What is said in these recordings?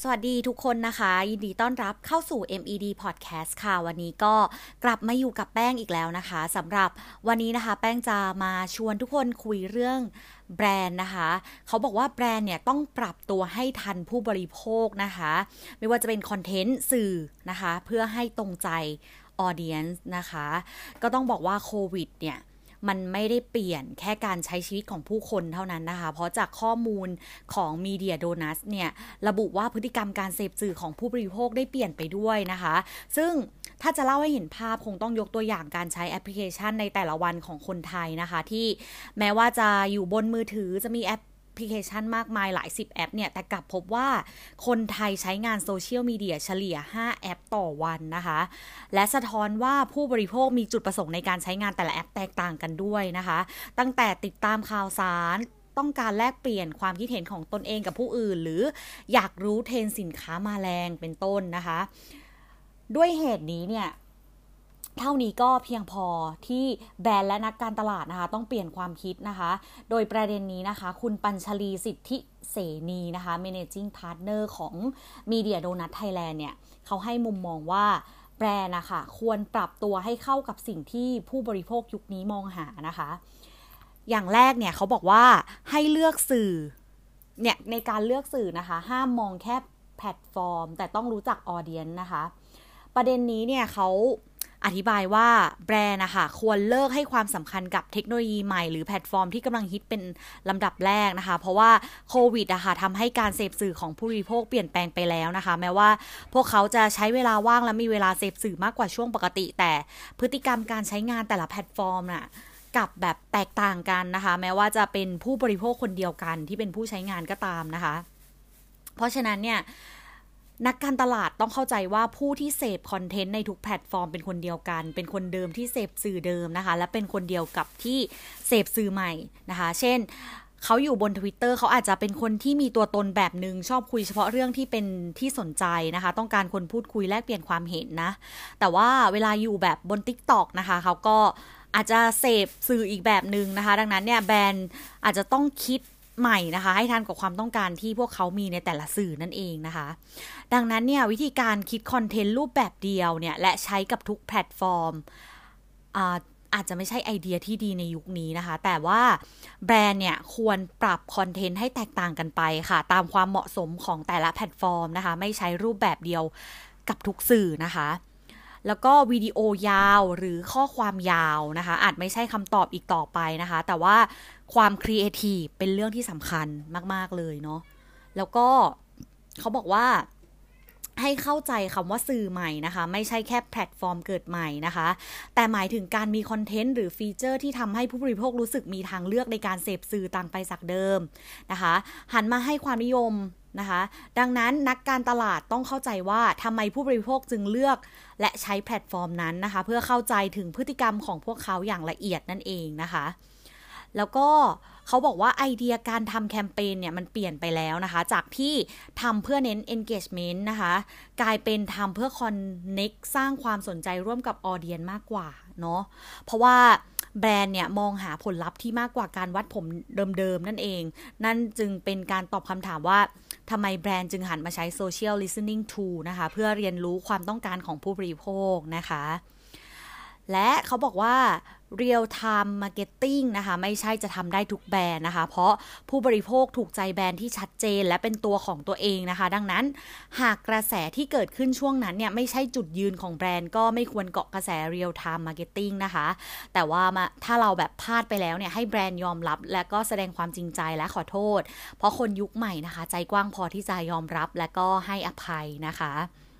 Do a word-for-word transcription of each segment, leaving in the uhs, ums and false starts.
สวัสดีทุกคนนะคะยินดีต้อนรับเข้าสู่ เอ็ม อี ดี Podcast ค่ะวันนี้ก็กลับมาอยู่กับแป้งอีกแล้วนะคะสำหรับวันนี้นะคะแป้งจะมาชวนทุกคนคุยเรื่องแบรนด์นะคะเขาบอกว่าแบรนด์เนี่ยต้องปรับตัวให้ทันผู้บริโภคนะคะไม่ว่าจะเป็นคอนเทนต์สื่อนะคะเพื่อให้ตรงใจออเดียนส์นะคะก็ต้องบอกว่าโควิดเนี่ยมันไม่ได้เปลี่ยนแค่การใช้ชีวิตของผู้คนเท่านั้นนะคะเพราะจากข้อมูลของ Media Donuts เนี่ยระบุว่าพฤติกรรมการเสพสื่อของผู้บริโภคได้เปลี่ยนไปด้วยนะคะซึ่งถ้าจะเล่าให้เห็นภาพคงต้องยกตัวอย่างการใช้แอปพลิเคชันในแต่ละวันของคนไทยนะคะที่แม้ว่าจะอยู่บนมือถือจะมีแอปแอปพลิเคชันมากมายหลายสิบแอปเนี่ยแต่กลับพบว่าคนไทยใช้งานโซเชียลมีเดียเฉลี่ยห้าแอปต่อวันนะคะและสะท้อนว่าผู้บริโภคมีจุดประสงค์ในการใช้งานแต่ละแอปแตกต่างกันด้วยนะคะตั้งแต่ติดตามข่าวสารต้องการแลกเปลี่ยนความคิดเห็นของตนเองกับผู้อื่นหรืออยากรู้เทรนด์สินค้ามาแรงเป็นต้นนะคะด้วยเหตุนี้เนี่ยเท่านี้ก็เพียงพอที่แบรนด์และนักการตลาดนะคะต้องเปลี่ยนความคิดนะคะโดยประเด็นนี้นะคะคุณปัญชลีสิทธิเสนีนะคะ Managing Partner ของ Media Donuts Thailand เนี่ยเขาให้มุมมองว่าแบรนด์นะคะควรปรับตัวให้เข้ากับสิ่งที่ผู้บริโภคยุคนี้มองหานะคะอย่างแรกเนี่ยเขาบอกว่าให้เลือกสื่อเนี่ยในการเลือกสื่อนะคะห้ามมองแค่แพลตฟอร์มแต่ต้องรู้จักออเดียนนะคะประเด็นนี้เนี่ยเขาอธิบายว่าแบรนด์นะคะควรเลิกให้ความสำคัญกับเทคโนโลยีใหม่หรือแพลตฟอร์มที่กำลังฮิตเป็นลำดับแรกนะคะเพราะว่าโควิดอะค่ะทำให้การเสพสื่อของผู้บริโภคเปลี่ยนแปลงไปแล้วนะคะแม้ว่าพวกเขาจะใช้เวลาว่างและมีเวลาเสพสื่อมากกว่าช่วงปกติแต่พฤติกรรมการใช้งานแต่ละแพลตฟอร์มน่ะกับแบบแตกต่างกันนะคะแม้ว่าจะเป็นผู้บริโภคคนเดียวกันที่เป็นผู้ใช้งานก็ตามนะคะเพราะฉะนั้นเนี่ยนักการตลาดต้องเข้าใจว่าผู้ที่เสพคอนเทนต์ในทุกแพลตฟอร์มเป็นคนเดียวกันเป็นคนเดิมที่เสพสื่อเดิมนะคะและเป็นคนเดียวกับที่เสพสื่อใหม่นะคะเช่นเขาอยู่บน Twitter เขาอาจจะเป็นคนที่มีตัวตนแบบนึงชอบคุยเฉพาะเรื่องที่เป็นที่สนใจนะคะต้องการคนพูดคุยแลกเปลี่ยนความเห็นนะแต่ว่าเวลาอยู่แบบบน TikTok นะคะเขาก็อาจจะเสพสื่ออีกแบบนึงนะคะดังนั้นเนี่ยแบรนด์อาจจะต้องคิดใหม่นะคะให้ทันกับความต้องการที่พวกเขามีในแต่ละสื่อนั่นเองนะคะดังนั้นเนี่ยวิธีการคิดคอนเทนต์รูปแบบเดียวเนี่ยและใช้กับทุกแพลตฟอร์ม อาอาจจะไม่ใช่ไอเดียที่ดีในยุคนี้นะคะแต่ว่าแบรนด์เนี่ยควรปรับคอนเทนต์ให้แตกต่างกันไปค่ะตามความเหมาะสมของแต่ละแพลตฟอร์มนะคะไม่ใช้รูปแบบเดียวกับทุกสื่อนะคะแล้วก็วิดีโอยาวหรือข้อความยาวนะคะอาจไม่ใช่คำตอบอีกต่อไปนะคะแต่ว่าความครีเอทีฟเป็นเรื่องที่สำคัญมากๆเลยเนาะแล้วก็เขาบอกว่าให้เข้าใจคำว่าสื่อใหม่นะคะไม่ใช่แค่แพลตฟอร์มเกิดใหม่นะคะแต่หมายถึงการมีคอนเทนต์หรือฟีเจอร์ที่ทำให้ผู้บริโภครู้สึกมีทางเลือกในการเสพสื่อต่างไปจากเดิมนะคะหันมาให้ความนิยมนะคะดังนั้นนักการตลาดต้องเข้าใจว่าทำไมผู้บริโภคจึงเลือกและใช้แพลตฟอร์มนั้นนะคะเพื่อเข้าใจถึงพฤติกรรมของพวกเขาอย่างละเอียดนั่นเองนะคะแล้วก็เขาบอกว่าไอเดียการทำแคมเปญเนี่ยมันเปลี่ยนไปแล้วนะคะจากที่ทำเพื่อเน้น engagement นะคะกลายเป็นทำเพื่อ connect สร้างความสนใจร่วมกับ audience มากกว่าเนาะเพราะว่าแบรนด์เนี่ยมองหาผลลัพธ์ที่มากกว่าการวัดผมเดิมๆนั่นเองนั่นจึงเป็นการตอบคำถามว่าทำไมแบรนด์จึงหันมาใช้ social listening tool นะคะเพื่อเรียนรู้ความต้องการของผู้บริโภคนะคะและเขาบอกว่า real time marketing นะคะไม่ใช่จะทำได้ทุกแบรนด์นะคะเพราะผู้บริโภคถูกใจแบรนด์ที่ชัดเจนและเป็นตัวของตัวเองนะคะดังนั้นหากกระแสที่เกิดขึ้นช่วงนั้นเนี่ยไม่ใช่จุดยืนของแบรนด์ก็ไม่ควรเกาะกระแส real time marketing นะคะแต่ว่าถ้าเราแบบพลาดไปแล้วเนี่ยให้แบรนด์ยอมรับและก็แสดงความจริงใจและขอโทษเพราะคนยุคใหม่นะคะใจกว้างพอที่จะยอมรับและก็ให้อภัยนะคะ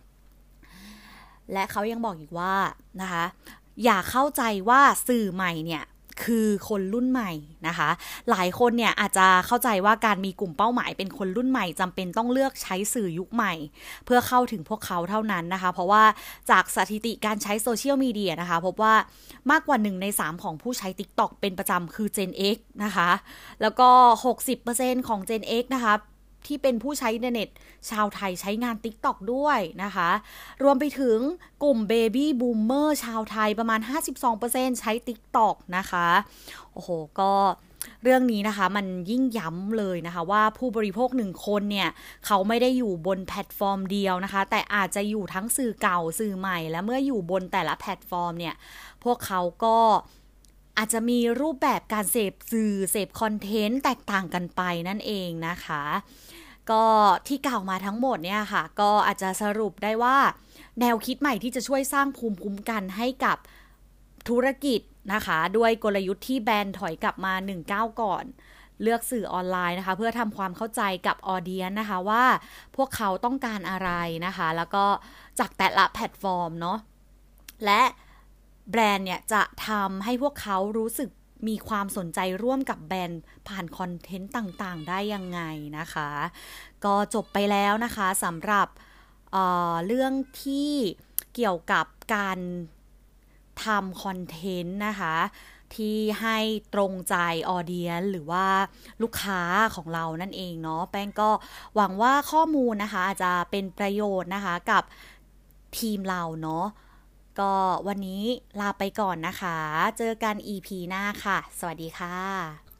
และเขายังบอกอีกว่านะคะอย่าเข้าใจว่าสื่อใหม่เนี่ยคือคนรุ่นใหม่นะคะหลายคนเนี่ยอาจจะเข้าใจว่าการมีกลุ่มเป้าหมายเป็นคนรุ่นใหม่จำเป็นต้องเลือกใช้สื่อยุคใหม่เพื่อเข้าถึงพวกเขาเท่านั้นนะคะเพราะว่าจากสถิติการใช้โซเชียลมีเดียนะคะพบว่ามากกว่าหนึ่งในสามของผู้ใช้ TikTok เป็นประจำคือ Gen X นะคะแล้วก็ หกสิบเปอร์เซ็นต์ ของ Gen X นะคะที่เป็นผู้ใช้อินเทอร์เน็ตชาวไทยใช้งาน TikTok ด้วยนะคะรวมไปถึงกลุ่ม Baby Boomer ชาวไทยประมาณ ห้าสิบสองเปอร์เซ็นต์ ใช้ TikTok นะคะโอ้โหก็เรื่องนี้นะคะมันยิ่งย้ำเลยนะคะว่าผู้บริโภคหนึ่งคนเนี่ยเขาไม่ได้อยู่บนแพลตฟอร์มเดียวนะคะแต่อาจจะอยู่ทั้งสื่อเก่าสื่อใหม่และเมื่ออยู่บนแต่ละแพลตฟอร์มเนี่ยพวกเขาก็อาจจะมีรูปแบบการเสพสื่อเสพคอนเทนต์แตกต่างกันไปนั่นเองนะคะก็ที่กล่าวมาทั้งหมดเนี่ยค่ะก็อาจจะสรุปได้ว่าแนวคิดใหม่ที่จะช่วยสร้างภูมิคุ้มกันให้กับธุรกิจนะคะด้วยกลยุทธ์ที่แบรนด์ถอยกลับมาหนึ่งก้าวก่อนเลือกสื่อออนไลน์นะคะเพื่อทำความเข้าใจกับออเดียนนะคะว่าพวกเขาต้องการอะไรนะคะแล้วก็จากแต่ละแพลตฟอร์มเนาะและแบรนด์เนี่ยจะทำให้พวกเขารู้สึกมีความสนใจร่วมกับแบรนด์ผ่านคอนเทนต์ต่างๆได้ยังไงนะคะก็จบไปแล้วนะคะสำหรับ เอ่อ เรื่องที่เกี่ยวกับการทำคอนเทนต์นะคะที่ให้ตรงใจออเดียนหรือว่าลูกค้าของเรานั่นเองเนาะแป้งก็หวังว่าข้อมูลนะคะอาจจะเป็นประโยชน์นะคะกับทีมเราเนาะก็วันนี้ลาไปก่อนนะคะเจอกัน อี พี หน้าค่ะสวัสดีค่ะ